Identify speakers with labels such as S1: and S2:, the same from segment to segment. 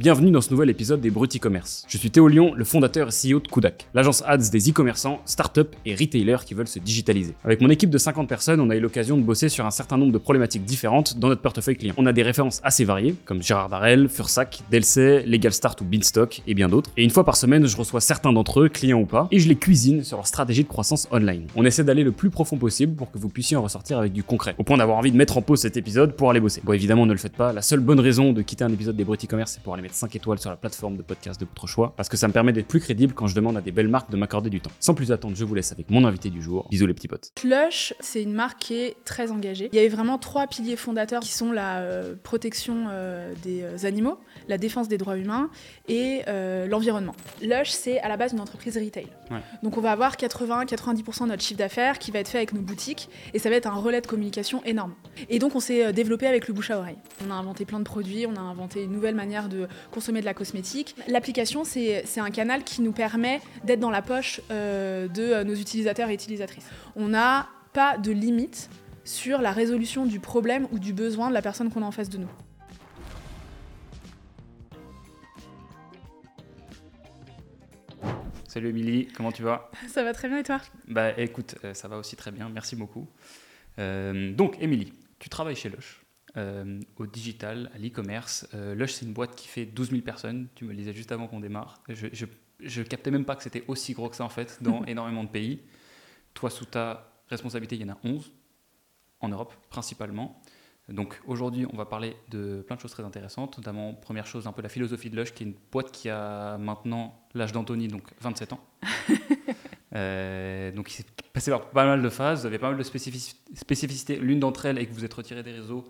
S1: Bienvenue dans ce nouvel épisode des Brut e-commerce. Je suis Théo Lyon, le fondateur et CEO de Kudak, l'agence ads des e-commerçants, startups et retailers qui veulent se digitaliser. Avec mon équipe de 50 personnes, on a eu l'occasion de bosser sur un certain nombre de problématiques différentes dans notre portefeuille client. On a des références assez variées, comme Gérard Darel, Fursac, Delsay, Legal Start ou Beanstalk et bien d'autres. Et une fois par semaine, je reçois certains d'entre eux, clients ou pas, et je les cuisine sur leur stratégie de croissance online. On essaie d'aller le plus profond possible pour que vous puissiez en ressortir avec du concret, au point d'avoir envie de mettre en pause cet épisode pour aller bosser. Bon, évidemment, ne le faites pas. La seule bonne raison de quitter un épisode des Brut e-commerce, c'est pour aller mettre 5 étoiles sur la plateforme de podcast de votre choix, parce que ça me permet d'être plus crédible quand je demande à des belles marques de m'accorder du temps. Sans plus attendre, je vous laisse avec mon invité du jour. Bisous les petits potes.
S2: Lush, c'est une marque qui est très engagée. Il y avait vraiment 3 piliers fondateurs qui sont la protection des animaux, la défense des droits humains et l'environnement. Lush, c'est à la base une entreprise retail. Ouais. Donc on va avoir 80-90% de notre chiffre d'affaires qui va être fait avec nos boutiques et ça va être un relais de communication énorme. Et donc on s'est développé avec le bouche à oreille. On a inventé plein de produits, on a inventé une nouvelle manière de consommer de la cosmétique. L'application, c'est un canal qui nous permet d'être dans la poche de nos utilisateurs et utilisatrices. On n'a pas de limite sur la résolution du problème ou du besoin de la personne qu'on a en face de nous.
S1: Salut Émilie, comment tu vas ?
S2: Ça va très bien et toi ?
S1: Bah écoute, ça va aussi très bien, merci beaucoup. Donc Émilie, tu travailles chez Lush. Au digital, à l'e-commerce. Lush, c'est une boîte qui fait 12 000 personnes. Tu me le disais juste avant qu'on démarre. Je captais même pas que c'était aussi gros que ça, en fait, dans énormément de pays. Toi, sous ta responsabilité, il y en a 11, en Europe, principalement. Donc, aujourd'hui, on va parler de plein de choses très intéressantes, notamment, première chose, un peu la philosophie de Lush, qui est une boîte qui a maintenant l'âge d'Anthony, donc 27 ans. Donc, il s'est passé par pas mal de phases. Vous avez pas mal de spécificités. L'une d'entre elles est que vous êtes retiré des réseaux,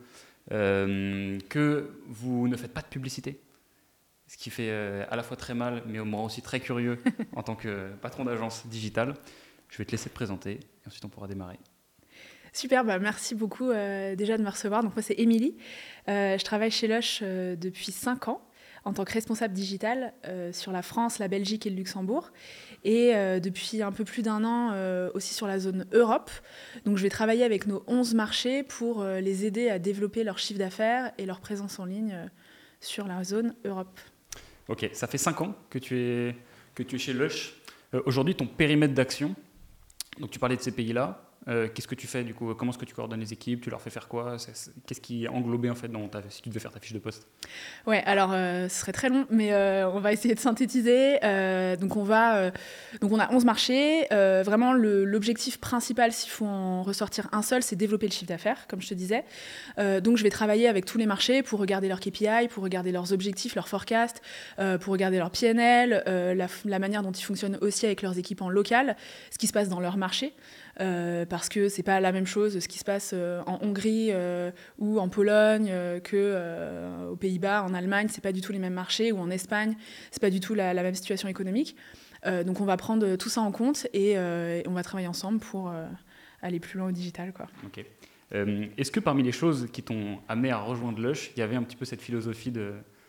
S1: que vous ne faites pas de publicité, ce qui fait à la fois très mal, mais au moins aussi très curieux en tant que patron d'agence digitale. Je vais te laisser te présenter et ensuite on pourra démarrer.
S2: Super, merci beaucoup déjà de me recevoir. Donc moi c'est Émilie, je travaille chez Lush depuis 5 ans en tant que responsable digital sur la France, la Belgique et le Luxembourg. Et depuis un peu plus d'1 an aussi sur la zone Europe. Donc je vais travailler avec nos 11 marchés pour les aider à développer leur chiffre d'affaires et leur présence en ligne sur la zone Europe.
S1: Ok, ça fait 5 ans que tu es chez Lush. Aujourd'hui, ton périmètre d'action, donc tu parlais de ces pays-là. Qu'est-ce que tu fais du coup ? Comment est-ce que tu coordonnes les équipes ? Tu leur fais faire quoi ? Qu'est-ce qui est englobé en fait si tu devais faire ta fiche de poste ?
S2: Ouais, alors ce serait très long, mais on va essayer de synthétiser. Donc on a 11 marchés. Vraiment, l'objectif principal, s'il faut en ressortir un seul, c'est développer le chiffre d'affaires, comme je te disais. Donc je vais travailler avec tous les marchés pour regarder leurs KPI, pour regarder leurs objectifs, leurs forecasts, pour regarder leur PNL, la manière dont ils fonctionnent aussi avec leurs équipes en local, ce qui se passe dans leur marché. Parce que c'est pas la même chose ce qui se passe en Hongrie ou en Pologne qu'aux Pays-Bas, en Allemagne, c'est pas du tout les mêmes marchés, ou en Espagne, c'est pas du tout la même situation économique. Donc on va prendre tout ça en compte et on va travailler ensemble pour aller plus loin au digital, quoi.
S1: Ok. Est-ce que parmi les choses qui t'ont amené à rejoindre Lush, il y avait un petit peu cette philosophie de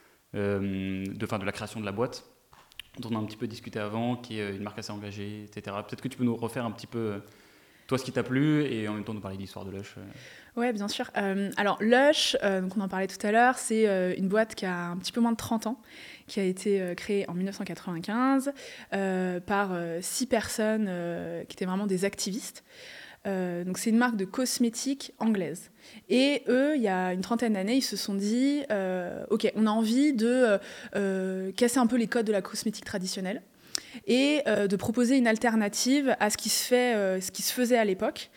S1: la création de la boîte dont on a un petit peu discuté avant, qui est une marque assez engagée, etc. Peut-être que tu peux nous refaire un petit peu toi ce qui t'a plu et en même temps nous parler de l'histoire de Lush.
S2: Ouais, bien sûr. Alors Lush, donc on en parlait tout à l'heure, c'est une boîte qui a un petit peu moins de 30 ans, qui a été créée en 1995 par 6 personnes qui étaient vraiment des activistes. Donc c'est une marque de cosmétiques anglaise. Et eux, il y a une 30aine d'années, ils se sont dit ok, on a envie de casser un peu les codes de la cosmétique traditionnelle et de proposer une alternative à ce qui se faisait à l'époque.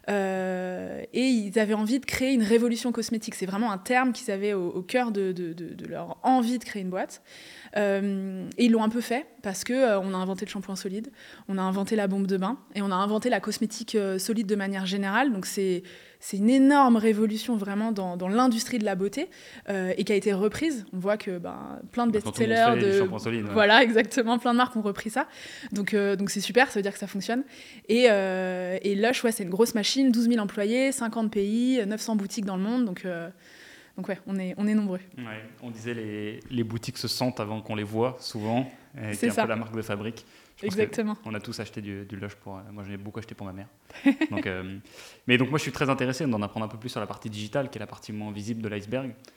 S2: Et ils avaient envie de créer une révolution cosmétique. C'est vraiment un terme qu'ils avaient au cœur de leur envie de créer une boîte. Et ils l'ont un peu fait parce qu'on a inventé le shampoing solide, on a inventé la bombe de bain et on a inventé la cosmétique solide de manière générale. Donc c'est une énorme révolution vraiment dans l'industrie de la beauté et qui a été reprise. On voit que plein de best-sellers
S1: de shampoing solide. Ouais.
S2: Voilà, exactement, plein de marques ont repris ça. Donc c'est super, ça veut dire que ça fonctionne. Et Lush, ouais, c'est une grosse machine, 12 000 employés, 50 pays, 900 boutiques dans le monde. Donc ouais, on est nombreux.
S1: Ouais, on disait les boutiques se sentent avant qu'on les voit souvent. C'est un peu la marque de fabrique.
S2: Exactement.
S1: On a tous acheté du Lush moi j'en ai beaucoup acheté pour ma mère. Donc moi je suis très intéressé d'en apprendre un peu plus sur la partie digitale, qui est la partie moins visible de l'iceberg.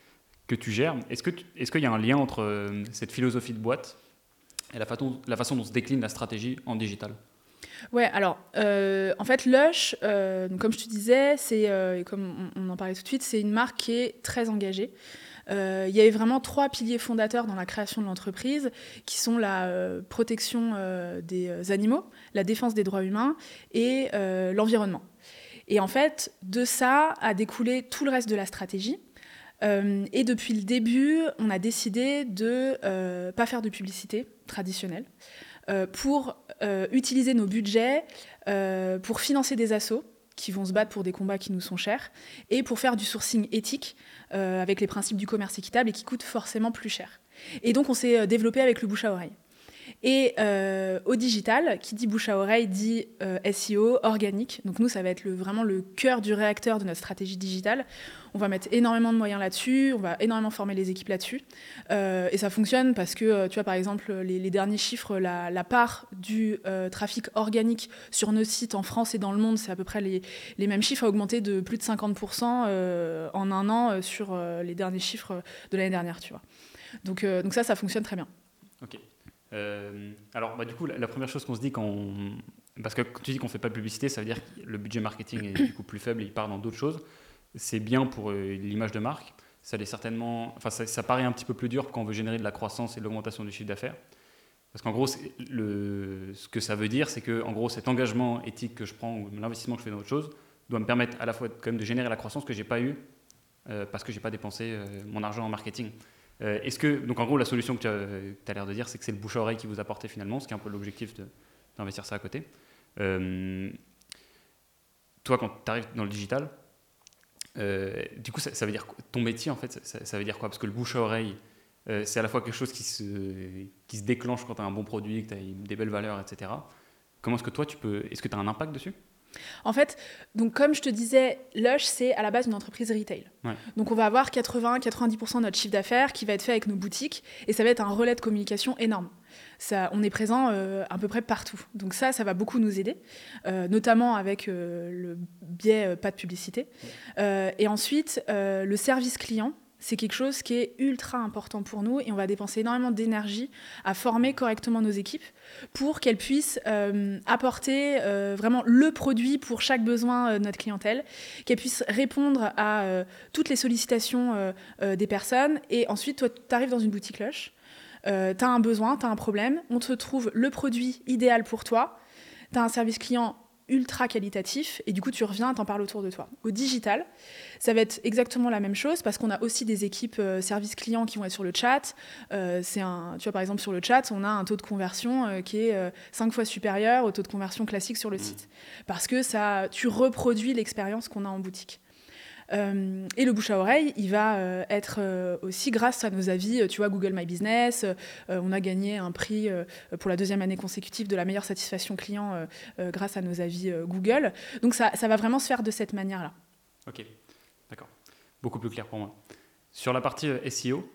S1: que tu gères. Est-ce qu'il y a un lien entre cette philosophie de boîte et la façon dont se décline la stratégie en digital?
S2: Ouais, alors, en fait, Lush, donc comme je te disais, et comme on en parlait tout de suite, c'est une marque qui est très engagée. Il y avait vraiment 3 piliers fondateurs dans la création de l'entreprise, qui sont la protection des animaux, la défense des droits humains et l'environnement. Et en fait, de ça a découlé tout le reste de la stratégie. Et depuis le début, on a décidé de ne pas faire de publicité traditionnelle pour utiliser nos budgets pour financer des assos qui vont se battre pour des combats qui nous sont chers et pour faire du sourcing éthique avec les principes du commerce équitable et qui coûte forcément plus cher. Et donc, on s'est développé avec le bouche à oreille. Et au digital, qui dit bouche à oreille dit SEO organique. Donc nous, ça va être vraiment le cœur du réacteur de notre stratégie digitale. On va mettre énormément de moyens là-dessus, on va énormément former les équipes là-dessus. Et ça fonctionne parce que, tu vois, par exemple, les derniers chiffres, la part du trafic organique sur nos sites en France et dans le monde, c'est à peu près les mêmes chiffres, a augmenté de plus de 50% en un an sur les derniers chiffres de l'année dernière, tu vois. Donc ça fonctionne très bien.
S1: Ok. Alors, du coup, la première chose qu'on se dit parce que quand tu dis qu'on ne fait pas de publicité, ça veut dire que le budget marketing est du coup plus faible et il part dans d'autres choses. C'est bien pour l'image de marque. Ça paraît un petit peu plus dur quand on veut générer de la croissance et de l'augmentation du chiffre d'affaires. Parce qu'en gros, ce que ça veut dire, c'est que en gros, cet engagement éthique que je prends ou l'investissement que je fais dans autre chose doit me permettre à la fois quand même de générer la croissance que je n'ai pas eue parce que je n'ai pas dépensé mon argent en marketing. Donc en gros, la solution que tu as l'air de dire, c'est que c'est le bouche à oreille qui vous apporte finalement, ce qui est un peu l'objectif d'investir ça à côté. Toi, quand tu arrives dans le digital, du coup, ça veut dire ton métier, en fait, ça veut dire quoi? Parce que le bouche à oreille, c'est à la fois quelque chose qui se déclenche quand tu as un bon produit, que tu as des belles valeurs, etc. Comment est-ce que toi, est-ce que tu as un impact dessus?
S2: En fait, donc comme je te disais, Lush, c'est à la base une entreprise retail. Ouais. Donc on va avoir 80-90% de notre chiffre d'affaires qui va être fait avec nos boutiques et ça va être un relais de communication énorme. On est présent à peu près partout. Donc ça va beaucoup nous aider, notamment avec le biais pas de publicité. Et ensuite, le service client, c'est quelque chose qui est ultra important pour nous et on va dépenser énormément d'énergie à former correctement nos équipes pour qu'elles puissent apporter vraiment le produit pour chaque besoin de notre clientèle, qu'elles puissent répondre à toutes les sollicitations des personnes. Et ensuite, toi, tu arrives dans une boutique Lush, tu as un besoin, tu as un problème, on te trouve le produit idéal pour toi, tu as un service client ultra qualitatif et du coup tu reviens, t'en parles autour de toi. Au digital, ça va être exactement la même chose parce qu'on a aussi des équipes service client qui vont être sur le chat. Tu vois, par exemple sur le chat, on a un taux de conversion qui est 5 fois supérieur au taux de conversion classique sur le site parce que tu reproduis l'expérience qu'on a en boutique. Et le bouche à oreille, il va être aussi grâce à nos avis. Tu vois, Google My Business, on a gagné un prix pour la 2e année consécutive de la meilleure satisfaction client grâce à nos avis Google. Donc ça va vraiment se faire de cette manière-là.
S1: Ok, d'accord. Beaucoup plus clair pour moi. Sur la partie SEO,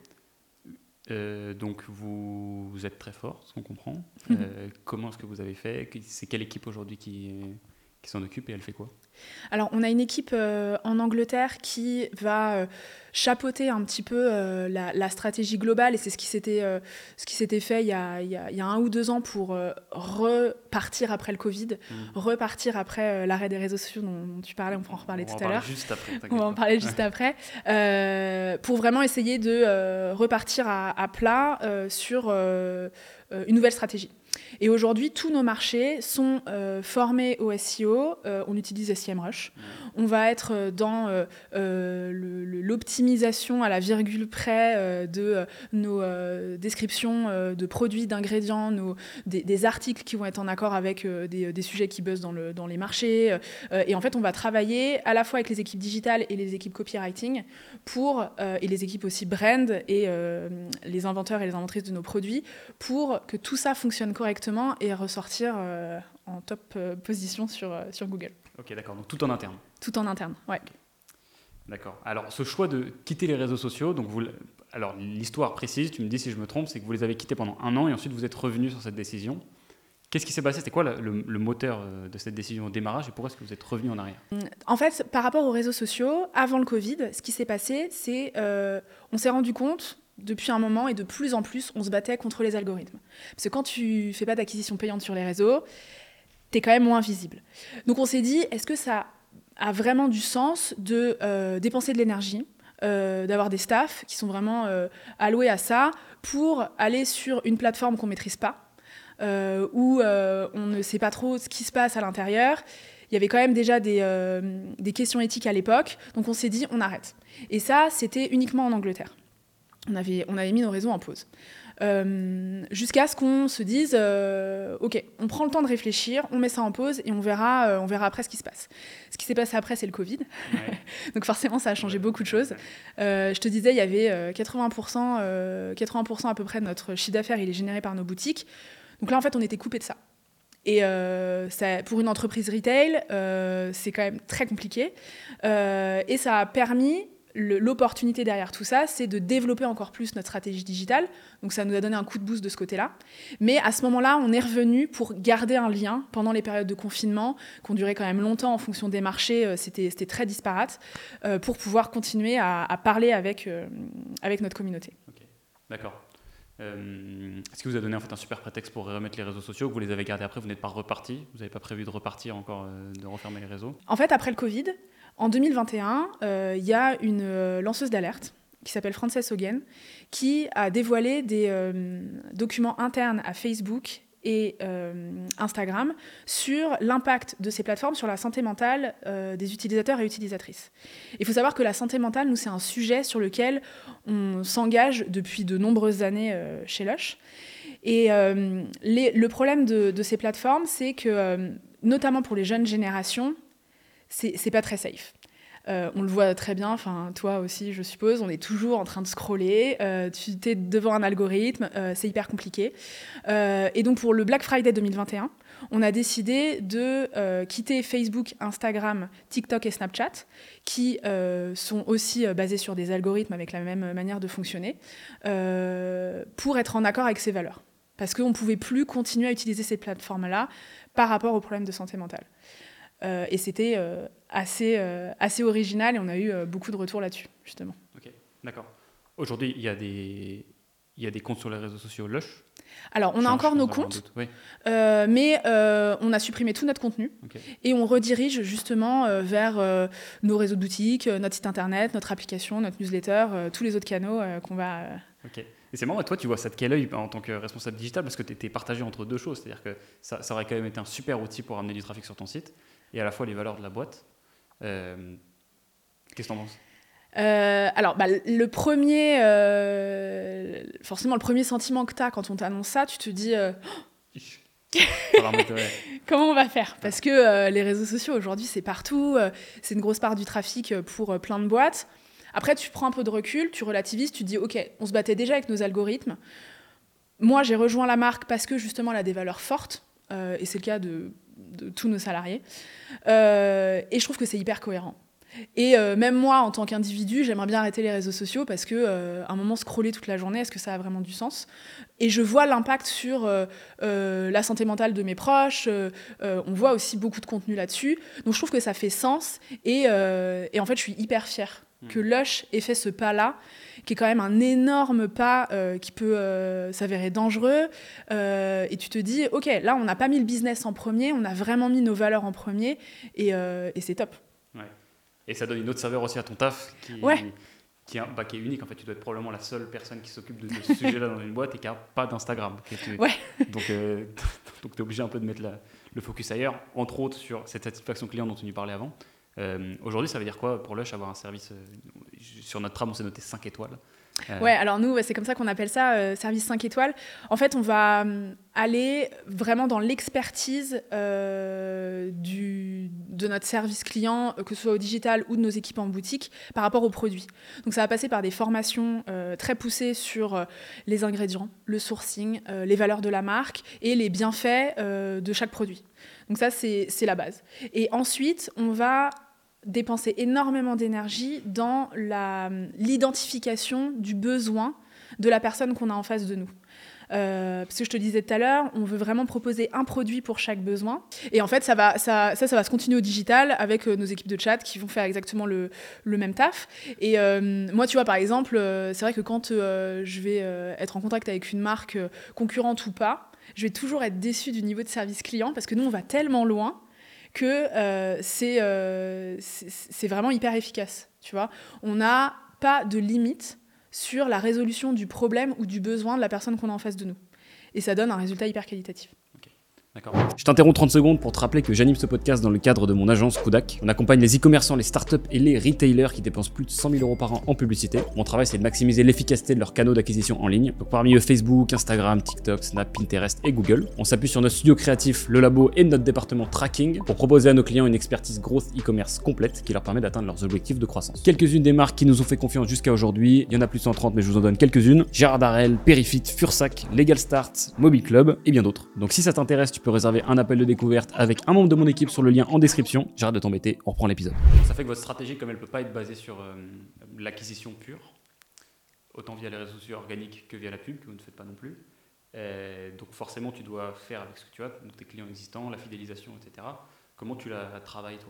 S1: donc vous êtes très fort, ce qu'on comprend. Comment est-ce que vous avez fait? C'est quelle équipe aujourd'hui qui s'en occupe et elle fait quoi?
S2: Alors, on a une équipe en Angleterre qui va chapeauter un petit peu la stratégie globale et c'est ce qui s'était fait il y a 1 ou 2 ans pour repartir après le Covid, repartir après l'arrêt des réseaux sociaux dont tu parlais, on va en reparler tout à l'heure. On va en parler juste après. Pour vraiment essayer de repartir à plat sur une nouvelle stratégie. Et aujourd'hui, tous nos marchés sont formés au SEO. On utilise SEMrush. On va être dans l'optimisation à la virgule près de nos descriptions de produits, d'ingrédients, des articles qui vont être en accord avec des sujets qui buzzent dans les marchés. Et en fait, on va travailler à la fois avec les équipes digitales et les équipes copywriting et les équipes aussi brand et les inventeurs et les inventrices de nos produits pour que tout ça fonctionne correctement et ressortir en top position sur Google.
S1: Ok, d'accord. Donc tout en interne.
S2: Tout en interne, ouais.
S1: Okay. D'accord. Alors ce choix de quitter les réseaux sociaux, donc l'histoire précise, tu me dis si je me trompe, c'est que vous les avez quittés pendant 1 an et ensuite vous êtes revenu sur cette décision. Qu'est-ce qui s'est passé? C'était quoi le moteur de cette décision au démarrage et pourquoi est-ce que vous êtes revenu en arrière?
S2: En fait, par rapport aux réseaux sociaux, avant le Covid, ce qui s'est passé, c'est on s'est rendu compte depuis un moment et de plus en plus, on se battait contre les algorithmes. Parce que quand tu fais pas d'acquisition payante sur les réseaux, t'es quand même moins visible. Donc on s'est dit, est-ce que ça a vraiment du sens de dépenser de l'énergie, d'avoir des staffs qui sont vraiment alloués à ça pour aller sur une plateforme qu'on maîtrise pas, où on ne sait pas trop ce qui se passe à l'intérieur. Il y avait quand même déjà des questions éthiques à l'époque, donc on s'est dit, on arrête. Et ça, c'était uniquement en Angleterre. On avait mis nos réseaux en pause. Jusqu'à ce qu'on se dise, ok, on prend le temps de réfléchir, on met ça en pause et on verra après ce qui se passe. Ce qui s'est passé après, c'est le Covid. Ouais. Donc forcément, ça a changé beaucoup de choses. Je te disais, il y avait 80% à peu près de notre chiffre d'affaires, il est généré par nos boutiques. Donc là, en fait, on était coupé de ça. Et pour une entreprise retail, c'est quand même très compliqué. Et ça a permis... L'opportunité derrière tout ça, c'est de développer encore plus notre stratégie digitale. Donc ça nous a donné un coup de boost de ce côté-là. Mais à ce moment-là, on est revenu pour garder un lien pendant les périodes de confinement, qui ont duré quand même longtemps en fonction des marchés. C'était très disparate, pour pouvoir continuer à parler avec notre communauté.
S1: Okay. D'accord. Est-ce que vous a donné en fait un super prétexte pour remettre les réseaux sociaux? Vous les avez gardés après, vous n'êtes pas reparti? Vous n'avez pas prévu de repartir encore, de refermer les réseaux?
S2: En fait, après le Covid, en 2021, il y a une lanceuse d'alerte qui s'appelle Frances Haugen, qui a dévoilé des documents internes à Facebook et Instagram sur l'impact de ces plateformes sur la santé mentale des utilisateurs et utilisatrices. Il faut savoir que la santé mentale, nous, c'est un sujet sur lequel on s'engage depuis de nombreuses années chez Lush. Et le problème de ces plateformes, c'est que, notamment pour les jeunes générations, c'est pas très safe. On le voit très bien, enfin toi aussi je suppose, on est toujours en train de scroller, tu es devant un algorithme, c'est hyper compliqué. Et donc pour le Black Friday 2021, on a décidé de quitter Facebook, Instagram, TikTok et Snapchat, qui sont aussi basés sur des algorithmes avec la même manière de fonctionner, pour être en accord avec ces valeurs. Parce qu'on ne pouvait plus continuer à utiliser ces plateformes-là par rapport aux problèmes de santé mentale. Et c'était assez original et on a eu beaucoup de retours là-dessus, justement.
S1: Ok, d'accord. Aujourd'hui, il y a des comptes sur les réseaux sociaux Lush?
S2: Alors, on a encore nos comptes, oui. Mais on a supprimé tout notre contenu, okay. Et on redirige justement vers nos réseaux de boutiques, notre site internet, notre application, notre newsletter, tous les autres canaux qu'on va...
S1: Ok. Et c'est marrant, toi, tu vois ça de quel œil en tant que responsable digital? Parce que tu étais partagé entre deux choses. C'est-à-dire que ça aurait quand même été un super outil pour amener du trafic sur ton site et à la fois les valeurs de la boîte. Qu'est-ce que tu en penses?
S2: Alors, forcément, le premier sentiment que tu as quand on t'annonce ça, tu te dis comment on va faire? Parce que les réseaux sociaux, aujourd'hui, c'est partout. C'est une grosse part du trafic pour plein de boîtes. Après, tu prends un peu de recul, tu relativises, tu te dis, OK, on se battait déjà avec nos algorithmes. Moi, j'ai rejoint la marque parce que, justement, elle a des valeurs fortes. Et c'est le cas de tous nos salariés. Et je trouve que c'est hyper cohérent. Et même moi, en tant qu'individu, j'aimerais bien arrêter les réseaux sociaux parce que, à un moment, scroller toute la journée, est-ce que ça a vraiment du sens? Et je vois l'impact sur la santé mentale de mes proches. On voit aussi beaucoup de contenu là-dessus. Donc, je trouve que ça fait sens. Et en fait, je suis hyper fière que Lush ait fait ce pas-là, qui est quand même un énorme pas qui peut s'avérer dangereux. Et tu te dis, OK, là, on n'a pas mis le business en premier, on a vraiment mis nos valeurs en premier, et c'est top.
S1: Ouais. Et ça donne une autre saveur aussi à ton taf, qui est unique. En fait, tu dois être probablement la seule personne qui s'occupe de ce sujet-là dans une boîte et qui n'a pas d'Instagram.
S2: Ouais.
S1: Donc tu es obligé un peu de mettre le focus ailleurs, entre autres sur cette satisfaction client dont tu nous parlais avant. Aujourd'hui, ça veut dire quoi pour Lush avoir un service sur notre trame, on s'est noté 5 étoiles.
S2: Ouais, alors nous, c'est comme ça qu'on appelle ça, service 5 étoiles. En fait, on va aller vraiment dans l'expertise de notre service client, que ce soit au digital ou de nos équipes en boutique, par rapport aux produits. Donc ça va passer par des formations très poussées sur les ingrédients, le sourcing, les valeurs de la marque et les bienfaits de chaque produit. Donc ça, c'est la base. Et ensuite, on va dépenser énormément d'énergie dans l'identification du besoin de la personne qu'on a en face de nous. Parce que je te disais tout à l'heure, on veut vraiment proposer un produit pour chaque besoin. Et en fait, ça va se continuer au digital avec nos équipes de chat qui vont faire exactement le même taf. Et moi, tu vois, par exemple, c'est vrai que quand je vais être en contact avec une marque concurrente ou pas, je vais toujours être déçue du niveau de service client parce que nous, on va tellement loin que c'est vraiment hyper efficace. Tu vois, on n'a pas de limite sur la résolution du problème ou du besoin de la personne qu'on a en face de nous. Et ça donne un résultat hyper qualitatif.
S1: D'accord. Je t'interromps 30 secondes pour te rappeler que j'anime ce podcast dans le cadre de mon agence Kudak. On accompagne les e-commerçants, les startups et les retailers qui dépensent plus de 100 000 € par an en publicité. Mon travail, c'est de maximiser l'efficacité de leurs canaux d'acquisition en ligne. Donc parmi eux, Facebook, Instagram, TikTok, Snap, Pinterest et Google. On s'appuie sur notre studio créatif, le labo et notre département tracking pour proposer à nos clients une expertise growth e-commerce complète qui leur permet d'atteindre leurs objectifs de croissance. Quelques-unes des marques qui nous ont fait confiance jusqu'à aujourd'hui, il y en a plus de 130 mais je vous en donne quelques-unes. Gérard Darrel, Perifit, Fursac, Legal Start, Mobile Club et bien d'autres. Donc si ça t'intéresse, tu peux réserver un appel de découverte avec un membre de mon équipe sur le lien en description. J'arrête de t'embêter, on reprend l'épisode. Ça fait que votre stratégie, comme elle peut pas être basée sur l'acquisition pure, autant via les réseaux sociaux organiques que via la pub, que vous ne faites pas non plus. Donc forcément, tu dois faire avec ce que tu as, donc tes clients existants, la fidélisation, etc. Comment tu la travailles, toi ?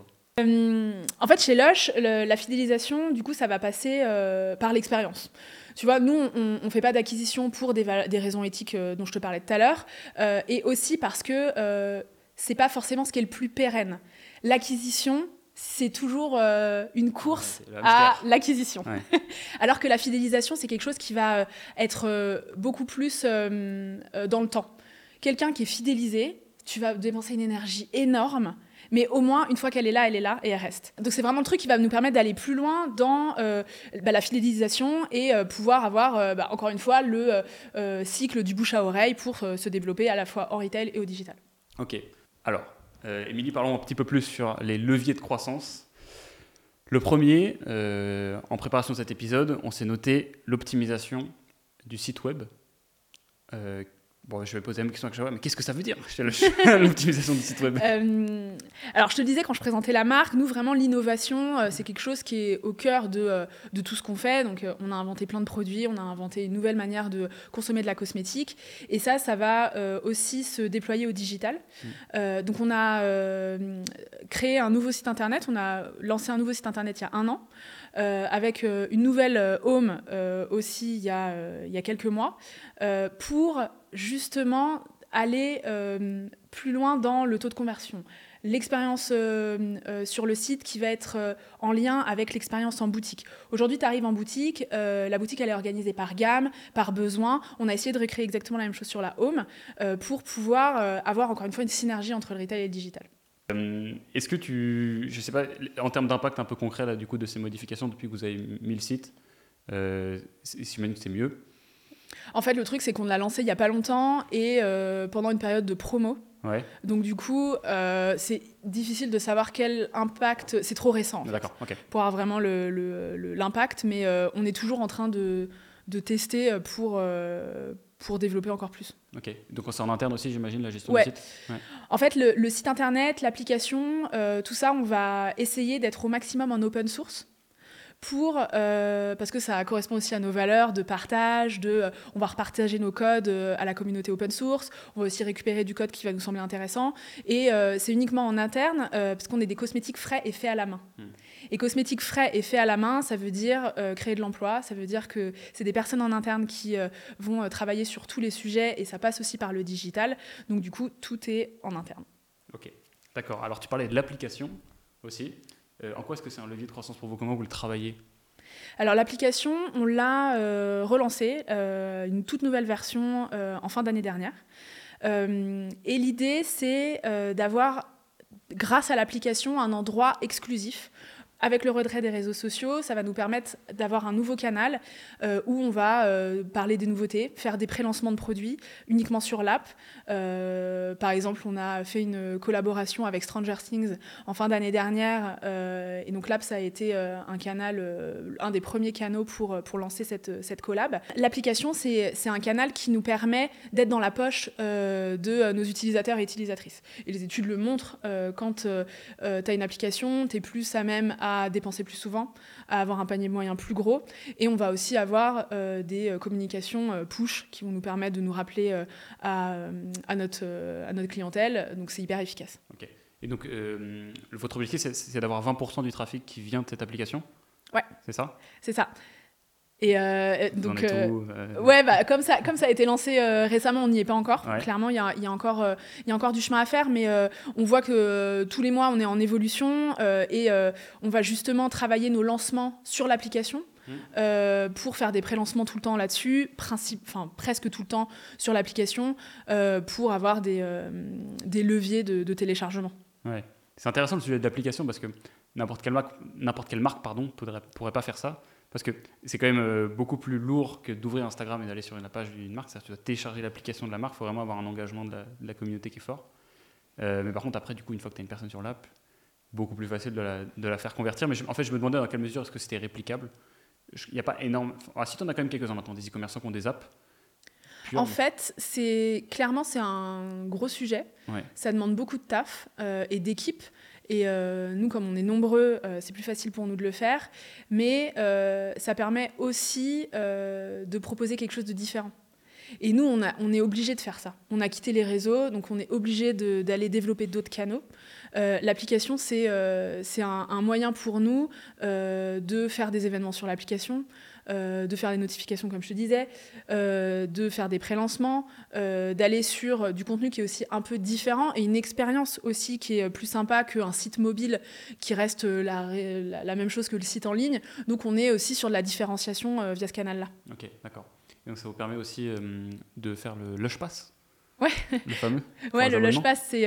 S2: En fait, chez Lush, la fidélisation, du coup, ça va passer par l'expérience. Tu vois, nous, on ne fait pas d'acquisition pour des raisons éthiques dont je te parlais tout à l'heure, et aussi parce que c'est pas forcément ce qui est le plus pérenne. L'acquisition, c'est toujours une course à l'acquisition. Ouais. Alors que la fidélisation, c'est quelque chose qui va être beaucoup plus dans le temps. Quelqu'un qui est fidélisé, tu vas dépenser une énergie énorme, mais au moins, une fois qu'elle est là et elle reste. Donc c'est vraiment le truc qui va nous permettre d'aller plus loin dans la fidélisation et pouvoir avoir, encore une fois, le cycle du bouche à oreille pour se développer à la fois en retail et au digital.
S1: Ok. Alors, Émilie, parlons un petit peu plus sur les leviers de croissance. Le premier, en préparation de cet épisode, on s'est noté l'optimisation du site web. Bon, je vais poser la même question à chaque fois, mais qu'est-ce que ça veut dire, l'optimisation du site web ?
S2: Alors, je te le disais, quand je présentais la marque, nous, vraiment, l'innovation, c'est quelque chose qui est au cœur de tout ce qu'on fait. Donc, on a inventé plein de produits, on a inventé une nouvelle manière de consommer de la cosmétique. Et ça va aussi se déployer au digital. Donc, on a créé un nouveau site Internet. On a lancé un nouveau site Internet il y a 1 an. Avec une nouvelle home aussi il y a quelques mois, pour justement aller plus loin dans le taux de conversion. L'expérience sur le site qui va être en lien avec l'expérience en boutique. Aujourd'hui, tu arrives en boutique, la boutique elle est organisée par gamme, par besoin. On a essayé de recréer exactement la même chose sur la home pour pouvoir avoir encore une fois une synergie entre le retail et le digital.
S1: Est-ce que je sais pas, en termes d'impact un peu concret là, du coup, de ces modifications depuis que vous avez mis le site, j'imagine que c'est mieux.
S2: En fait, le truc, c'est qu'on l'a lancé il n'y a pas longtemps et pendant une période de promo.
S1: Ouais.
S2: Donc du coup, c'est difficile de savoir quel impact, c'est trop récent en fait,
S1: d'accord, okay.
S2: Pour avoir vraiment l'impact, mais on est toujours en train de tester pour développer encore plus.
S1: Ok, donc c'est en interne aussi, j'imagine, la gestion du site.
S2: Ouais. En fait, le site internet, l'application, tout ça, on va essayer d'être au maximum en open source. Parce que ça correspond aussi à nos valeurs de partage, on va repartager nos codes à la communauté open source, on va aussi récupérer du code qui va nous sembler intéressant, et c'est uniquement en interne, parce qu'on est des cosmétiques frais et faits à la main. Et cosmétiques frais et faits à la main, ça veut dire créer de l'emploi, ça veut dire que c'est des personnes en interne qui vont travailler sur tous les sujets, et ça passe aussi par le digital, donc du coup, tout est en interne.
S1: Ok, d'accord. Alors tu parlais de l'application aussi. En quoi est-ce que c'est un levier de croissance pour vous ? Comment vous le travaillez ?
S2: Alors l'application, on l'a relancée, une toute nouvelle version en fin d'année dernière. Et l'idée, c'est d'avoir, grâce à l'application, un endroit exclusif. Avec le retrait des réseaux sociaux, ça va nous permettre d'avoir un nouveau canal où on va parler des nouveautés, faire des pré-lancements de produits uniquement sur l'app. Par exemple, on a fait une collaboration avec Stranger Things en fin d'année dernière. Et donc l'app, ça a été un canal, un des premiers canaux pour lancer cette collab. L'application, c'est un canal qui nous permet d'être dans la poche de nos utilisateurs et utilisatrices. Et les études le montrent, quand tu as une application, tu es plus à même à à dépenser plus souvent, à avoir un panier moyen plus gros. Et on va aussi avoir des communications push qui vont nous permettre de nous rappeler à notre clientèle. Donc, c'est hyper efficace.
S1: Ok. Et donc, votre objectif, c'est d'avoir 20% du trafic qui vient de cette application ?
S2: Ouais.
S1: C'est ça ?
S2: C'est ça. Et
S1: Vous
S2: donc,
S1: en êtes où
S2: ouais, comme ça a été lancé récemment, on n'y est pas encore.
S1: Ouais.
S2: Clairement, il y a encore du chemin à faire, mais on voit que tous les mois, on est en évolution et on va justement travailler nos lancements sur l'application pour faire des pré-lancements tout le temps là-dessus, presque tout le temps sur l'application, pour avoir des leviers de téléchargement.
S1: Ouais. C'est intéressant le sujet de l'application parce que n'importe quelle marque pourrait pas faire ça. Parce que c'est quand même beaucoup plus lourd que d'ouvrir Instagram et d'aller sur la page d'une marque. C'est-à-dire que tu dois télécharger l'application de la marque, il faut vraiment avoir un engagement de la communauté qui est fort. Mais par contre, après, du coup, une fois que tu as une personne sur l'app, beaucoup plus facile de la faire convertir. Mais en fait, je me demandais dans quelle mesure est-ce que c'était réplicable. Il n'y a pas énorme... si tu en as quand même quelques-uns maintenant, des e-commerçants qui ont des apps.
S2: En fait, c'est un gros sujet.
S1: Ouais.
S2: Ça demande beaucoup de taf et d'équipe. Et nous, comme on est nombreux, c'est plus facile pour nous de le faire. Mais ça permet aussi de proposer quelque chose de différent. Et nous, on est obligé de faire ça. On a quitté les réseaux, donc on est obligé d'aller développer d'autres canaux. L'application, c'est un moyen pour nous de faire des événements sur l'application, de faire des notifications, comme je te disais, de faire des pré-lancements, d'aller sur du contenu qui est aussi un peu différent et une expérience aussi qui est plus sympa qu'un site mobile qui reste la même chose que le site en ligne. Donc, on est aussi sur de la différenciation via ce canal-là.
S1: Ok, d'accord. Et donc, ça vous permet aussi de faire le Lush Pass ?
S2: Ouais.
S1: Le fameux.
S2: Ouais, le Lush Pass, c'est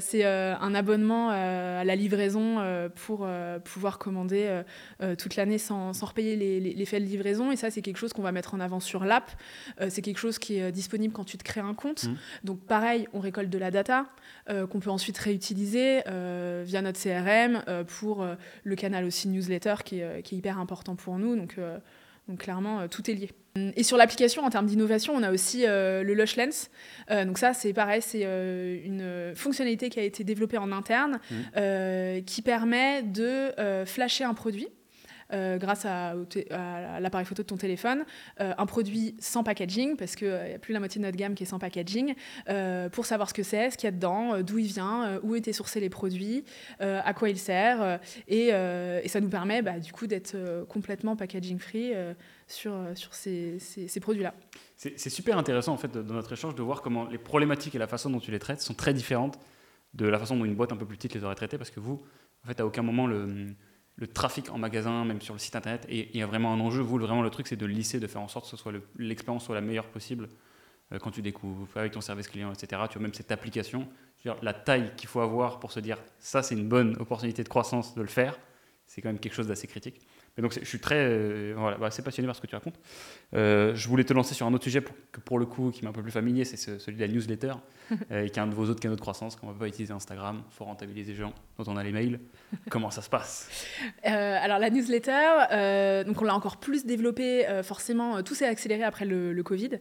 S2: un abonnement à la livraison pour pouvoir commander toute l'année sans repayer les frais de livraison. Et ça, c'est quelque chose qu'on va mettre en avant sur l'app. C'est quelque chose qui est disponible quand tu te crées un compte. Donc, pareil, on récolte de la data qu'on peut ensuite réutiliser via notre CRM pour le canal aussi newsletter qui est hyper important pour nous. Donc clairement, tout est lié. Et sur l'application, en termes d'innovation, on a aussi le Lush Lens. Donc ça, c'est pareil, c'est une fonctionnalité qui a été développée en interne qui permet de flasher un produit grâce à l'appareil photo de ton téléphone, un produit sans packaging, parce qu'il n'y a plus la moitié de notre gamme qui est sans packaging, pour savoir ce que c'est, ce qu'il y a dedans, d'où il vient, où étaient sourcés les produits, à quoi il sert, et ça nous permet du coup d'être complètement packaging free sur ces produits-là.
S1: C'est super intéressant en fait dans notre échange de voir comment les problématiques et la façon dont tu les traites sont très différentes de la façon dont une boîte un peu plus petite les aurait traitées, parce que vous, en fait, à aucun moment le trafic en magasin, même sur le site internet, et il y a vraiment un enjeu. Vous, vraiment, le truc, c'est de lisser, de faire en sorte que l'expérience soit la meilleure possible quand tu découvres, avec ton service client, etc. Tu vois, même cette application, je veux dire, la taille qu'il faut avoir pour se dire ça, c'est une bonne opportunité de croissance de le faire, c'est quand même quelque chose d'assez critique. Mais donc, je suis très assez passionné par ce que tu racontes. Je voulais te lancer sur un autre sujet pour le coup, qui m'est un peu plus familier, c'est celui de la newsletter, qui est un de vos autres canaux de croissance. Quand on ne va pas utiliser Instagram, il faut rentabiliser les gens dont on a les mails. Comment ça se passe ?
S2: Alors, la newsletter, donc on l'a encore plus développée, forcément, tout s'est accéléré après le Covid.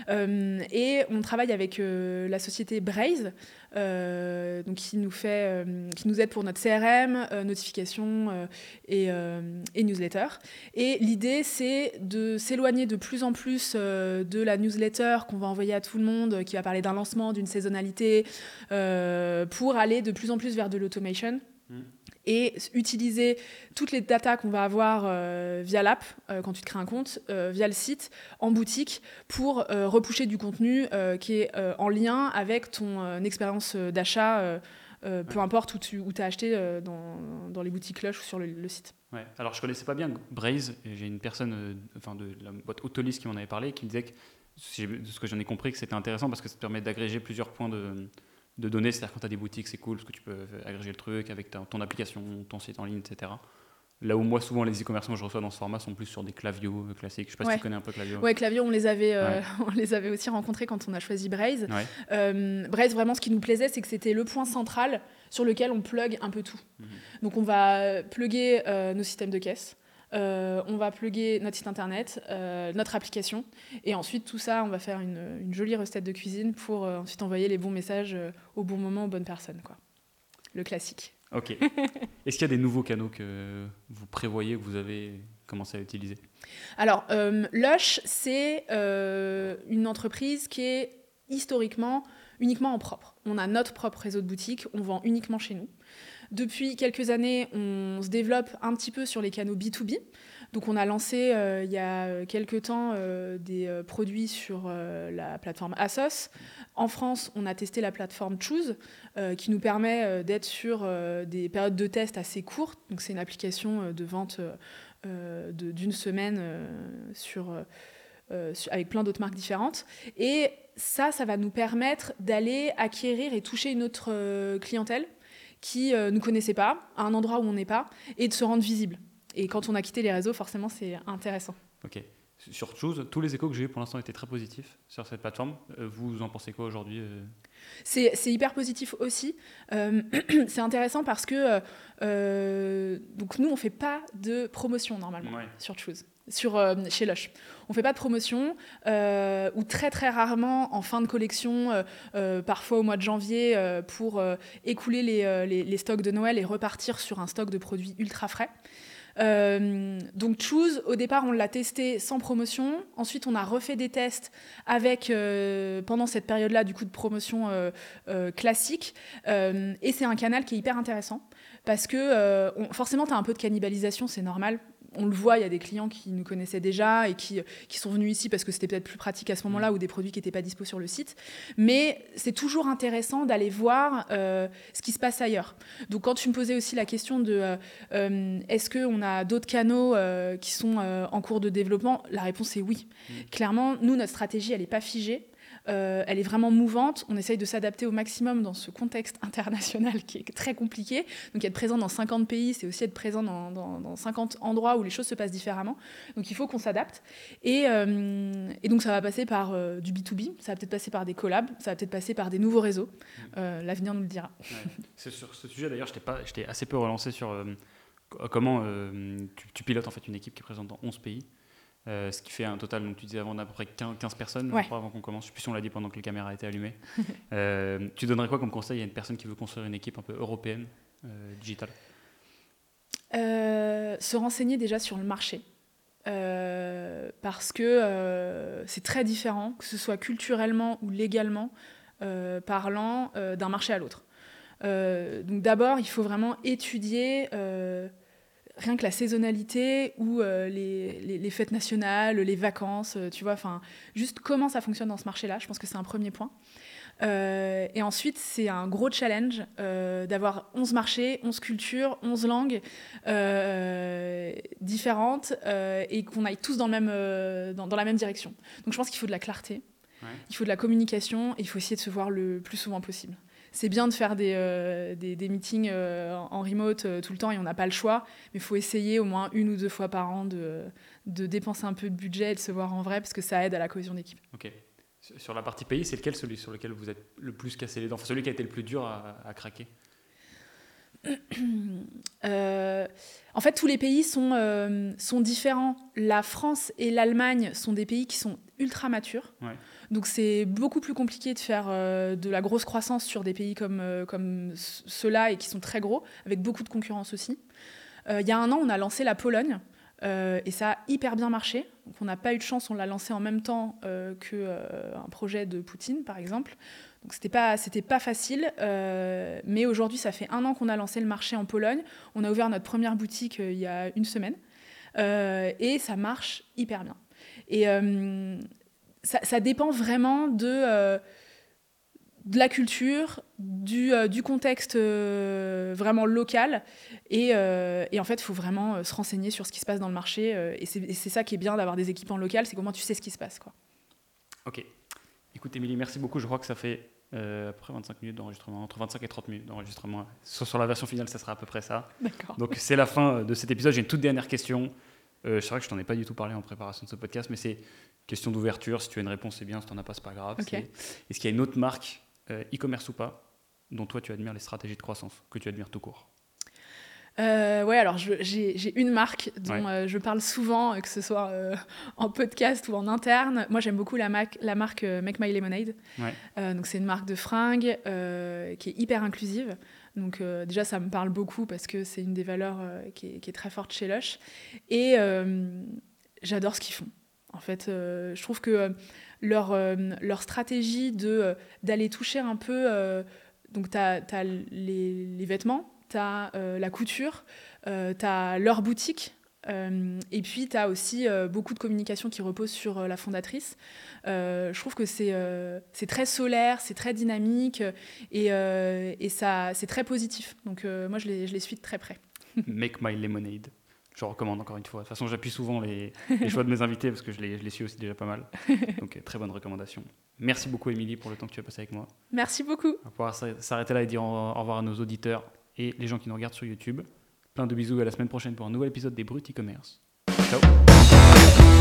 S2: Et on travaille avec la société Braze, donc qui nous aide pour notre CRM, notifications et newsletter. Et l'idée, c'est de s'éloigner de plus en plus de la newsletter qu'on va envoyer à tout le monde, qui va parler d'un lancement, d'une saisonnalité, pour aller de plus en plus vers de l'automation. Et utiliser toutes les datas qu'on va avoir via l'app, quand tu te crées un compte, via le site, en boutique, pour repusher du contenu qui est en lien avec ton expérience d'achat, peu importe où tu as acheté dans les boutiques Lush ou sur le site.
S1: Ouais. Alors, je ne connaissais pas bien Braze. J'ai une personne de la boîte Autolys qui m'en avait parlé, qui me disait que, de ce que j'en ai compris, que c'était intéressant parce que ça te permet d'agréger plusieurs points de données. C'est-à-dire quand tu as des boutiques, c'est cool parce que tu peux agréger le truc avec ton application, ton site en ligne, etc. Là où moi, souvent, les e-commerçants que je reçois dans ce format sont plus sur des Klaviyo classiques. Je ne sais pas si tu connais un peu Klaviyo.
S2: Ouais, Klaviyo, on les avait aussi rencontrés quand on a choisi Braze. Ouais. Braze, vraiment, ce qui nous plaisait, c'est que c'était le point central sur lequel on plug un peu tout. Donc, on va plugger nos systèmes de caisse. On va plugger notre site internet, notre application, et ensuite tout ça, on va faire une jolie recette de cuisine pour ensuite envoyer les bons messages au bon moment aux bonnes personnes, quoi. Le classique.
S1: Ok. Est-ce qu'il y a des nouveaux canaux que vous prévoyez, que vous avez commencé à utiliser?
S2: Alors, Lush, c'est une entreprise qui est historiquement uniquement en propre. On a notre propre réseau de boutiques, on vend uniquement chez nous. Depuis quelques années, on se développe un petit peu sur les canaux B2B. Donc on a lancé il y a quelques temps des produits sur la plateforme ASOS. En France, on a testé la plateforme Choose qui nous permet d'être sur des périodes de test assez courtes. Donc c'est une application de vente d'une semaine avec plein d'autres marques différentes. Et ça va nous permettre d'aller acquérir et toucher une autre clientèle qui ne nous connaissait pas, à un endroit où on n'est pas, et de se rendre visible. Et quand on a quitté les réseaux, forcément, c'est intéressant.
S1: Ok. Sur Choose, tous les échos que j'ai eu pour l'instant étaient très positifs sur cette plateforme. Vous en pensez quoi aujourd'hui?
S2: C'est hyper positif aussi. C'est intéressant parce que donc nous, on ne fait pas de promotion normalement sur Choose. Chez Lush. On ne fait pas de promotion ou très très rarement en fin de collection, parfois au mois de janvier pour écouler les stocks de Noël et repartir sur un stock de produits ultra frais. Donc Choose, au départ on l'a testé sans promotion, ensuite on a refait des tests avec pendant cette période-là du coup de promotion classique et c'est un canal qui est hyper intéressant parce que forcément tu as un peu de cannibalisation, c'est normal. On le voit, il y a des clients qui nous connaissaient déjà et qui sont venus ici parce que c'était peut-être plus pratique à ce moment-là ou des produits qui n'étaient pas dispo sur le site. Mais c'est toujours intéressant d'aller voir ce qui se passe ailleurs. Donc quand tu me posais aussi la question de est-ce qu'on a d'autres canaux qui sont en cours de développement, la réponse est oui. Clairement, nous, notre stratégie, elle n'est pas figée. Elle est vraiment mouvante. On essaye de s'adapter au maximum dans ce contexte international qui est très compliqué. Donc, être présent dans 50 pays, c'est aussi être présent dans 50 endroits où les choses se passent différemment. Donc, il faut qu'on s'adapte. Et donc, ça va passer par du B2B, ça va peut-être passer par des collabs, ça va peut-être passer par des nouveaux réseaux. L'avenir nous le dira.
S1: Ouais. C'est sur ce sujet, d'ailleurs, je t'ai assez peu relancé sur comment tu pilotes en fait une équipe qui est présente dans 11 pays. Ce qui fait un total, donc tu disais avant, d'à peu près 15 personnes, je crois, avant qu'on commence. Je ne sais plus si on l'a dit pendant que les caméras étaient allumées. Tu donnerais quoi comme conseil à une personne qui veut construire une équipe un peu européenne, digitale?
S2: Se renseigner déjà sur le marché. Parce que c'est très différent, que ce soit culturellement ou légalement parlant, d'un marché à l'autre. Donc d'abord, il faut vraiment étudier rien que la saisonnalité ou les fêtes nationales, les vacances, tu vois, juste comment ça fonctionne dans ce marché-là. Je pense que c'est un premier point. Et ensuite, c'est un gros challenge d'avoir 11 marchés, 11 cultures, 11 langues différentes et qu'on aille tous dans la même direction. Donc je pense qu'il faut de la clarté, il faut de la communication et il faut essayer de se voir le plus souvent possible. C'est bien de faire des meetings en remote tout le temps et on n'a pas le choix, mais il faut essayer au moins 1 ou 2 fois par an de dépenser un peu de budget et de se voir en vrai parce que ça aide à la cohésion d'équipe.
S1: Ok. Sur la partie pays, c'est lequel celui sur lequel vous êtes le plus cassé les dents, enfin, celui qui a été le plus dur à craquer?
S2: En fait, tous les pays sont différents. La France et l'Allemagne sont des pays qui sont ultra matures. Ouais. Donc, c'est beaucoup plus compliqué de faire de la grosse croissance sur des pays comme ceux-là et qui sont très gros, avec beaucoup de concurrence aussi. Il y a 1 an, on a lancé la Pologne. Et ça a hyper bien marché. Donc, on n'a pas eu de chance, on l'a lancé en même temps qu'un projet de Poutine, par exemple. Donc c'était pas facile, mais aujourd'hui, ça fait 1 an qu'on a lancé le marché en Pologne. On a ouvert notre première boutique il y a 1 semaine, et ça marche hyper bien. Et ça dépend vraiment de la culture, du contexte vraiment local. Et en fait, il faut vraiment se renseigner sur ce qui se passe dans le marché. Et c'est ça qui est bien d'avoir des équipes en local, c'est comment tu sais ce qui se passe, quoi.
S1: Ok. Écoute, Émilie, merci beaucoup. Je crois que ça fait à peu près 25 minutes d'enregistrement, entre 25 et 30 minutes d'enregistrement. Sur la version finale, ça sera à peu près ça.
S2: D'accord.
S1: Donc, c'est la fin de cet épisode. J'ai une toute dernière question. C'est vrai que je t'en ai pas du tout parlé en préparation de ce podcast, mais c'est question d'ouverture. Si tu as une réponse, c'est bien. Si tu n'en as pas, c'est pas grave.
S2: Okay.
S1: Est-ce qu'il y a une autre marque, e-commerce ou pas, dont toi tu admires les stratégies de croissance, que tu admires tout court?
S2: Ouais, alors j'ai une marque dont je parle souvent, que ce soit en podcast ou en interne. Moi, j'aime beaucoup la marque Make My Lemonade.
S1: Ouais.
S2: Donc, c'est une marque de fringues qui est hyper inclusive. Donc, déjà, ça me parle beaucoup parce que c'est une des valeurs qui est très forte chez Lush. Et j'adore ce qu'ils font. En fait, je trouve que leur stratégie d'aller toucher un peu... donc, t'as les vêtements, t'as la couture, t'as leur boutique, et puis t'as aussi beaucoup de communication qui repose sur la fondatrice. Je trouve que c'est très solaire, c'est très dynamique, et ça, c'est très positif. Donc moi, je les suis de très près.
S1: Make My Lemonade. Je recommande encore une fois. De toute façon, j'appuie souvent les choix de mes invités parce que je les suis aussi déjà pas mal. Donc, très bonne recommandation. Merci beaucoup, Émilie, pour le temps que tu as passé avec moi.
S2: Merci beaucoup.
S1: On va pouvoir s'arrêter là et dire au revoir à nos auditeurs et les gens qui nous regardent sur YouTube. Plein de bisous, à la semaine prochaine pour un nouvel épisode des Brut e-commerce. Ciao.